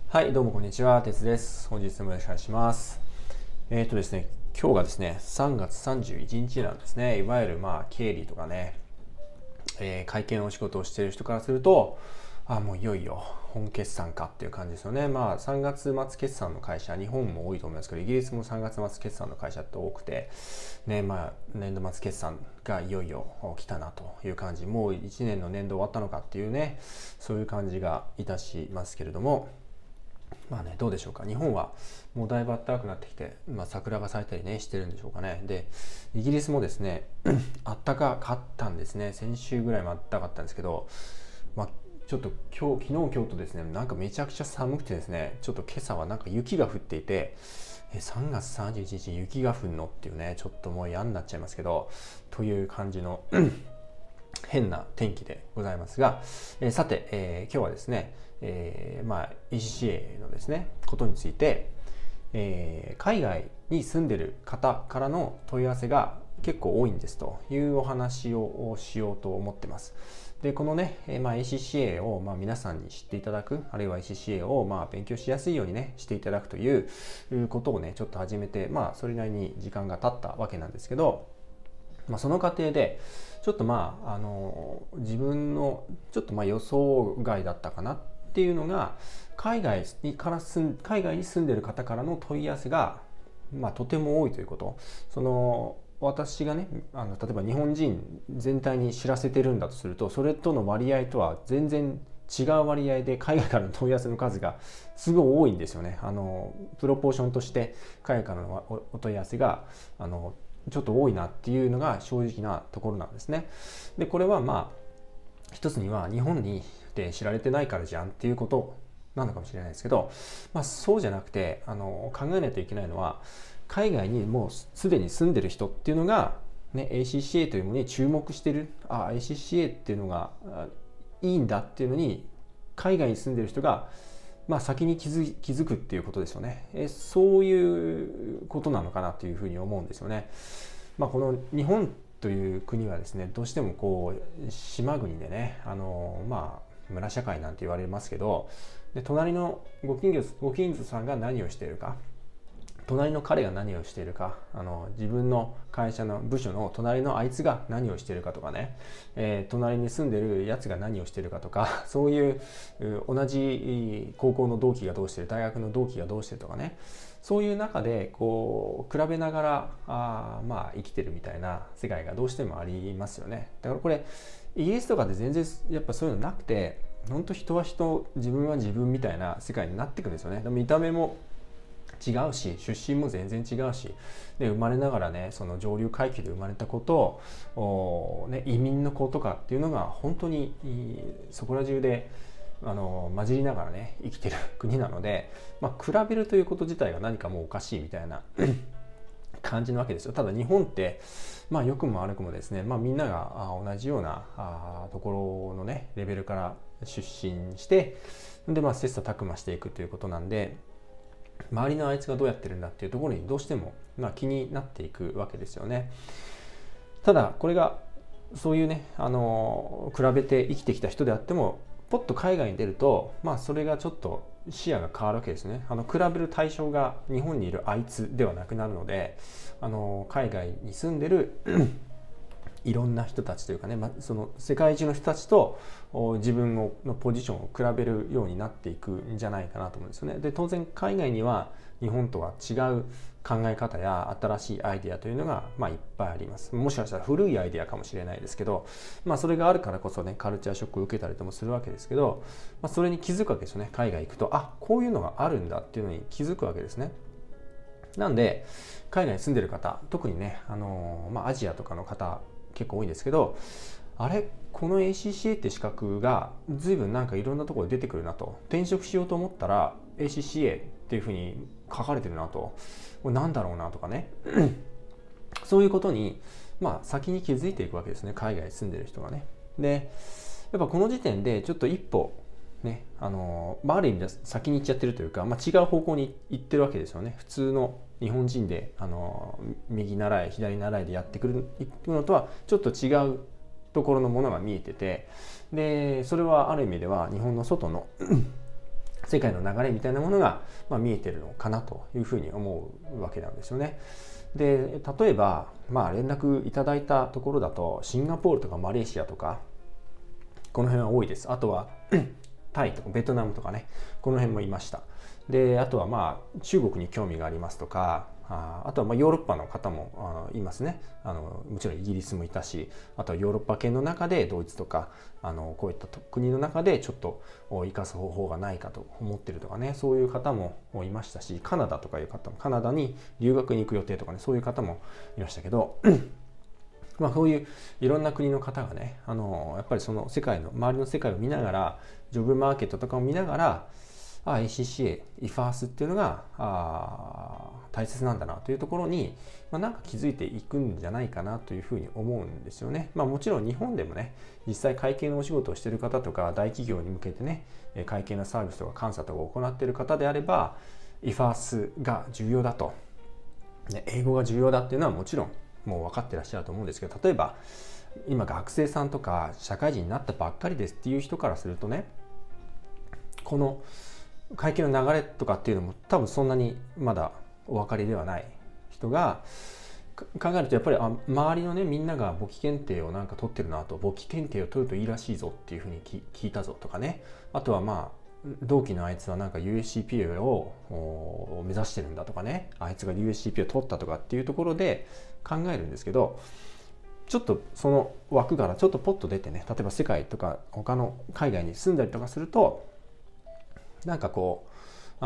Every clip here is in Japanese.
はい、どうもこんにちは、てつです。本日もよろしくお願いします。ですね、今日がですね、3月31日なんですね。いわゆる経理とかね、会計のお仕事をしている人からすると、もういよいよ本決算かっていう感じですよね。3月末決算の会社、日本も多いと思いますけど、イギリスも3月末決算の会社って多くて、ね、年度末決算がいよいよ来たなという感じ、もう1年の年度終わったのかっていうね、そういう感じがいたしますけれども、どうでしょうか。日本はもうだいぶ暖かくなってきて、桜が咲いたりねしてるんでしょうかね。で、イギリスもですね暖かかったんですね。先週ぐらいも暖かかったんですけど、ちょっと昨日今日とですね、なんかめちゃくちゃ寒くてですね、ちょっと今朝はなんか雪が降っていて、3月31日に雪が降るのっていうね、ちょっともう嫌になっちゃいますけど、という感じの変な天気でございますが、さて、今日はですね、ECCA のですねことについて、海外に住んでる方からの問い合わせが結構多いんですというお話をしようと思ってます。でこのね、ACCA を皆さんに知っていただく、あるいは ACCA を勉強しやすいようにねしていただくということをねちょっと始めて、それなりに時間が経ったわけなんですけど、その過程でちょっと自分のちょっと予想外だったかなっていうのが、海外に住んでる方からの問い合わせが、とても多いということ。私がね、例えば日本人全体に知らせてるんだとすると、それとの割合とは全然違う割合で海外からの問い合わせの数がすごい多いんですよね。プロポーションとして海外からのお問い合わせがちょっと多いなっていうのが正直なところなんですね。でこれは一つには日本にで知られてないからじゃんっていうことなのかもしれないですけど、そうじゃなくて考えないといけないのは、海外にもうすでに住んでる人っていうのが、ACCA というものに注目してる、ACCA っていうのがいいんだっていうのに海外に住んでる人が先に気づくっていうことですよね。そういうことなのかなというふうに思うんですよね。この日本という国はですね、どうしてもこう島国でね、村社会なんて言われますけど、で隣のご近所さんが何をしているか、隣の彼が何をしているか、自分の会社の部署の隣のあいつが何をしているかとかね、隣に住んでるやつが何をしているかとか、そういう同じ高校の同期がどうしてる、大学の同期がどうしてるとかね、そういう中でこう比べながら生きてるみたいな世界がどうしてもありますよね。だからこれイギリスとかで全然やっぱそういうのなくて、本当人は人、自分は自分みたいな世界になっていくんですよね。見た目も違うし、出身も全然違うし、で生まれながらね、その上流階級で生まれた子と移民の子とかっていうのが本当にそこら中で混じりながらね生きてる国なので、比べるということ自体が何かもうおかしいみたいな感じなわけですよ。ただ日本って良くも悪くもですね、みんなが同じようなところのねレベルから出身して、で切磋琢磨していくということなんで、周りのあいつがどうやってるんだっていうところにどうしても気になっていくわけですよね。ただこれがそういうね比べて生きてきた人であっても、ポッと海外に出るとそれがちょっと視野が変わるわけですね。比べる対象が日本にいるあいつではなくなるので、海外に住んでるいろんな人たちというかね、その世界中の人たちと自分のポジションを比べるようになっていくんじゃないかなと思うんですよね。で当然海外には日本とは違う考え方や新しいアイデアというのがいっぱいあります。もしかしたら古いアイデアかもしれないですけど、それがあるからこそねカルチャーショックを受けたりともするわけですけど、それに気づくわけですよね。海外行くとこういうのがあるんだっていうのに気づくわけですね。なんで海外に住んでる方、特にねアジアとかの方結構多いんですけど、この ACCA って資格が随分なんかいろんなところで出てくるなと、転職しようと思ったら ACCA っていうふうに書かれてるなと、これなんだろうなとかねそういうことに先に気づいていくわけですね、海外に住んでる人がね。でやっぱこの時点でちょっと一歩ね、ある意味で先に行っちゃってるというか、違う方向に行ってるわけですよね。普通の日本人で右習い左習いでやっていくのとはちょっと違うところのものが見えてて、でそれはある意味では日本の外の世界の流れみたいなものが、見えてるのかなというふうに思うわけなんですよね。で、例えば、連絡いただいたところだとシンガポールとかマレーシアとかこの辺は多いです。あとはタイとかベトナムとかね、この辺もいました。で、あとは中国に興味がありますとか、あとはヨーロッパの方もいますね。もちろんイギリスもいたし、あとはヨーロッパ圏の中でドイツとかこういった国の中でちょっと生かす方法がないかと思ってるとかね、そういう方もいましたし、カナダとかいう方も、カナダに留学に行く予定とかね、そういう方もいましたけどそういういろんな国の方がね、やっぱりその世界の周りの世界を見ながら、ジョブマーケットとかを見ながら、ACCA、IFAS っていうのが大切なんだなというところに、なんか気づいていくんじゃないかなというふうに思うんですよね。もちろん日本でもね、実際会計のお仕事をしている方とか、大企業に向けてね、会計のサービスとか監査とかを行っている方であれば、IFAS が重要だと、英語が重要だっていうのはもちろんもう分かってらっしゃると思うんですけど、例えば今学生さんとか社会人になったばっかりですっていう人からするとね、この会計の流れとかっていうのも多分そんなにまだお分かりではない人が考えると、やっぱり周りのね、みんなが簿記検定をなんか取ってるなと、簿記検定を取るといいらしいぞっていうふうに聞いたぞとかね、あとは同期のあいつはなんか USCPA を目指してるんだとかね、あいつが USCPA を取ったとかっていうところで考えるんですけど、ちょっとその枠からちょっとポッと出てね、例えば世界とか他の海外に住んだりとかすると、なんかこう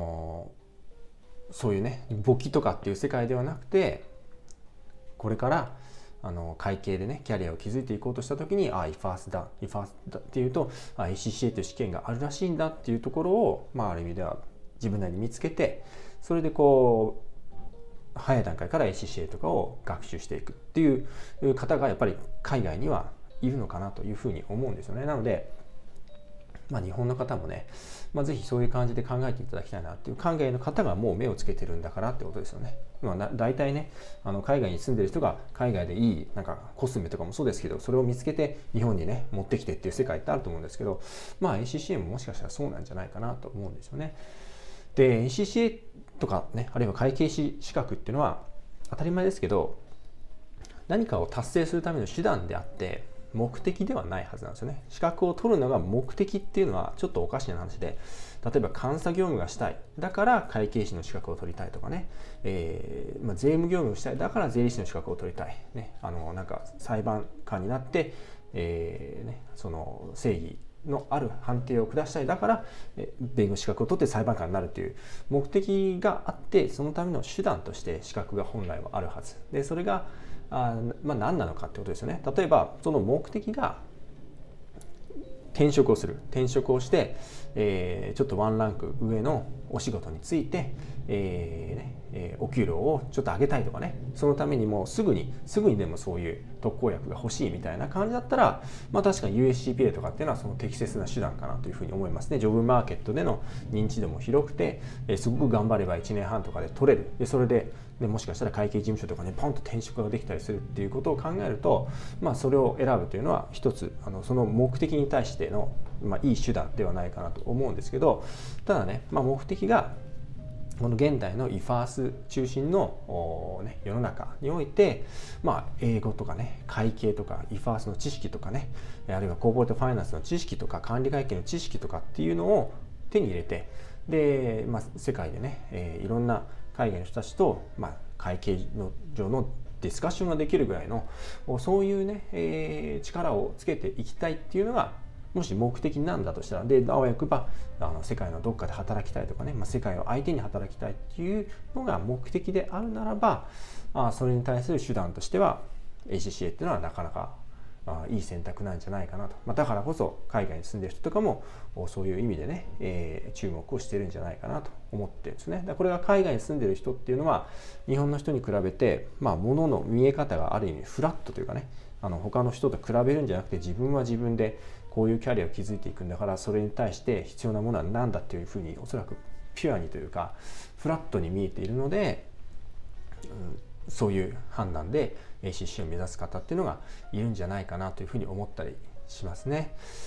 そういうね、簿記とかっていう世界ではなくて、これから会計でねキャリアを築いていこうとした時にIFAS だっていうと、ACCA という試験があるらしいんだっていうところを、ある意味では自分なりに見つけて、それでこう早い段階から ACCA とかを学習していくっていう方がやっぱり海外にはいるのかなというふうに思うんですよね。なので日本の方もね、ぜひそういう感じで考えていただきたいなっていう、海外の方がもう目をつけてるんだからってことですよね。大体ね、海外に住んでる人が海外でいいなんかコスメとかもそうですけど、それを見つけて日本にね持ってきてっていう世界ってあると思うんですけど、ACCA ももしかしたらそうなんじゃないかなと思うんですよね。で ACCA とかね、あるいは会計士資格っていうのは当たり前ですけど、何かを達成するための手段であって目的ではないはずなんですよね。資格を取るのが目的っていうのはちょっとおかしな話で、例えば監査業務がしたいだから会計士の資格を取りたいとかね、税務業務をしたいだから税理士の資格を取りたい、ね、なんか裁判官になって、その正義のある判定を下したいだから弁護士資格を取って裁判官になるという目的があって、そのための手段として資格が本来はあるはずで、それが何なのかってことですよね。例えばその目的が転職をして、ちょっとワンランク上のお仕事について、お給料をちょっと上げたいとかね、そのためにもうすぐにでもそういう特効薬が欲しいみたいな感じだったら、確かに USCPA とかっていうのはその適切な手段かなというふうに思いますね。ジョブマーケットでの認知度も広くて、すごく頑張れば1年半とかで取れる。でそれでもしかしたら会計事務所とかねポンと転職ができたりするっていうことを考えると、それを選ぶというのは一つその目的に対しての、いい手段ではないかなと思うんですけど、ただね、目的がこの現代の IFAS 中心の、世の中において、英語とかね会計とか IFAS の知識とかね、あるいはコーポレートファイナンスの知識とか管理会計の知識とかっていうのを手に入れて、で、世界でね、いろんな海外の人たちと、会計の上のディスカッションができるぐらいのそういうね、力をつけていきたいっていうのがもし目的なんだとしたら、であわよくば世界のどっかで働きたいとかね、世界を相手に働きたいっていうのが目的であるならば、それに対する手段としては ACCA っていうのはなかなかいい選択なんじゃないかなと。だからこそ海外に住んでる人とかもそういう意味でね、注目をしてるんじゃないかなと思ってるんですね。これが海外に住んでる人っていうのは日本の人に比べて、物の見え方がある意味フラットというかね、他の人と比べるんじゃなくて、自分は自分でこういうキャリアを築いていくんだから、それに対して必要なものは何だっていうふうに、おそらくピュアにというかフラットに見えているので、そういう判断で ACCA を目指す方っていうのがいるんじゃないかなというふうに思ったりしますね。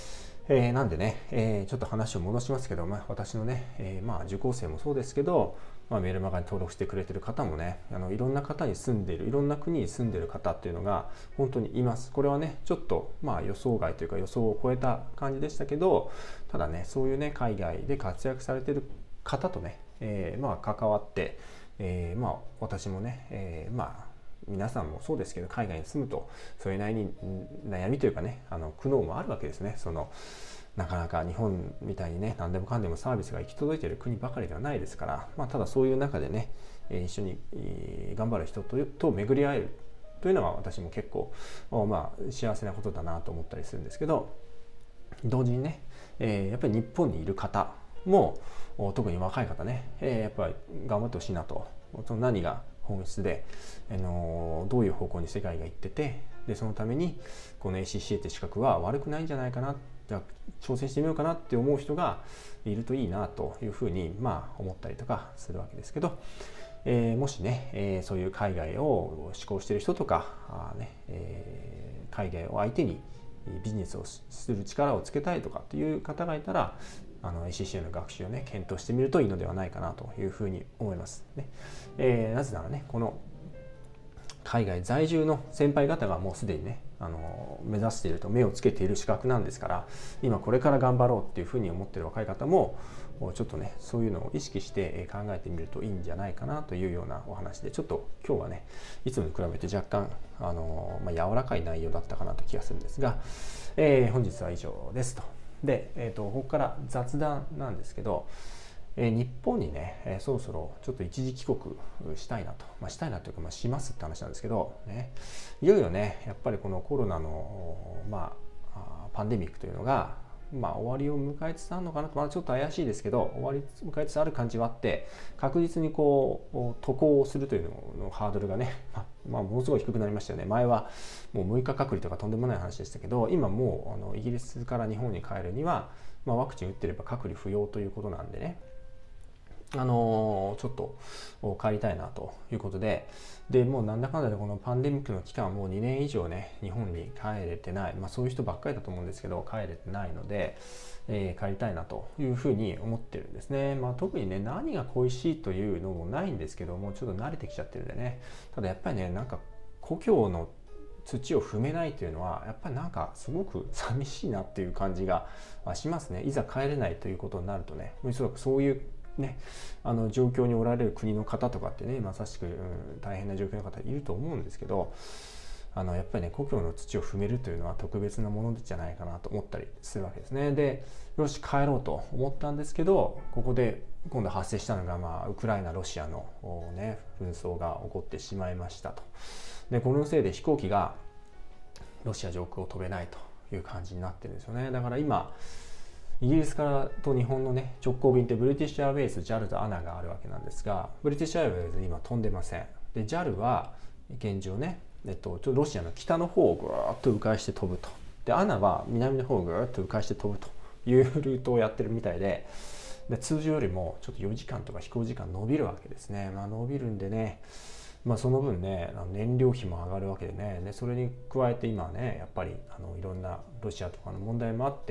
なんでね、ちょっと話を戻しますけど、私のね、受講生もそうですけど、メルマガに登録してくれてる方もね、いろんな方に住んでいる、いろんな国に住んでいる方っていうのが本当にいます。これはね、ちょっと予想外というか予想を超えた感じでしたけど、ただね、そういうね、海外で活躍されている方とね、関わって、私もね、皆さんもそうですけど、海外に住むとそれなりに悩みというかね、苦悩もあるわけですね。なかなか日本みたいにね、何でもかんでもサービスが行き届いている国ばかりではないですから、ただそういう中でね、一緒に頑張る人と巡り合えるというのは私も結構、幸せなことだなと思ったりするんですけど、同時にね、やっぱり日本にいる方も特に若い方ね、やっぱり頑張ってほしいなと。何が本質で、どういう方向に世界が行ってて、でそのためにこの ACCA って資格は悪くないんじゃないかな、じゃあ挑戦してみようかなって思う人がいるといいなというふうに思ったりとかするわけですけど、もしね、そういう海外を志向している人とか海外を相手にビジネスをする力をつけたいとかっていう方がいたら、ACCA の学習をね検討してみるといいのではないかなというふうに思いますね。なぜならね、この海外在住の先輩方がもうすでにね目指していると目をつけている資格なんですから、今これから頑張ろうっていうふうに思っている若い方もちょっとねそういうのを意識して考えてみるといいんじゃないかなというようなお話で、ちょっと今日はねいつもに比べて若干柔らかい内容だったかなと気がするんですが、本日は以上ですと。で、ここから雑談なんですけど、日本にね、そろそろちょっと一時帰国したいなと、したいなというか、しますって話なんですけど、ね、いよいよねやっぱりこのコロナの、パンデミックというのが、終わりを迎えつつあるのかなと、ちょっと怪しいですけど終わり迎えつつある感じはあって、確実にこう渡航をするというののハードルがね、ものすごい低くなりましたよね。前はもう6日隔離とかとんでもない話でしたけど、今もうイギリスから日本に帰るには、ワクチン打ってれば隔離不要ということなんでね、ちょっと帰りたいなということで、もうなんだかんだでこのパンデミックの期間もう2年以上ね日本に帰れてない、そういう人ばっかりだと思うんですけど帰れてないので、帰りたいなというふうに思ってるんですね。特にね何が恋しいというのもないんですけども、ちょっと慣れてきちゃってるんでね。ただやっぱりね、なんか故郷の土を踏めないというのはやっぱりなんかすごく寂しいなっていう感じがしますね。いざ帰れないということになるとね、おそらくそういうね、状況におられる国の方とかってね、まさしく、大変な状況の方いると思うんですけど、やっぱりね故郷の土を踏めるというのは特別なものじゃないかなと思ったりするわけですね。で、よし帰ろうと思ったんですけど、ここで今度発生したのが、ウクライナロシアのね紛争が起こってしまいましたと。でこのせいで飛行機がロシア上空を飛べないという感じになってるんですよね。だから今イギリスからと日本のね直行便ってブリティッシュエアウェイズ、JAL と ANA があるわけなんですが、ブリティッシュエアウェイズ今飛んでません。で JAL は現状ね、ちょっとロシアの北の方をぐーっと迂回して飛ぶと。で ANA は南の方をぐーっと迂回して飛ぶというルートをやってるみたいで、通常よりもちょっと4時間とか飛行時間伸びるわけですね。伸びるんでね、その分ね燃料費も上がるわけでね。でそれに加えて今ねやっぱりいろんなロシアとかの問題もあって、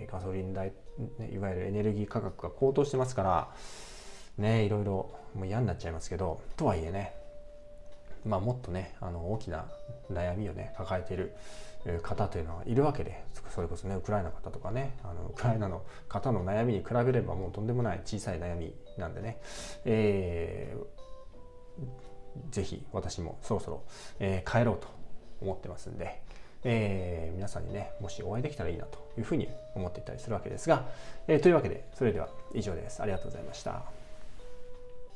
ガソリン代、いわゆるエネルギー価格が高騰してますからね、いろいろもう嫌になっちゃいますけど、とはいえね、もっとね大きな悩みをね抱えている方というのはいるわけで、それこそねウクライナの方とかね、ウクライナの方の悩みに比べればもうとんでもない小さい悩みなんでね、ぜひ私もそろそろ、帰ろうと思ってますんで、皆さんにねもしお会いできたらいいなというふうに思っていたりするわけですが、というわけでそれでは以上です。ありがとうございました。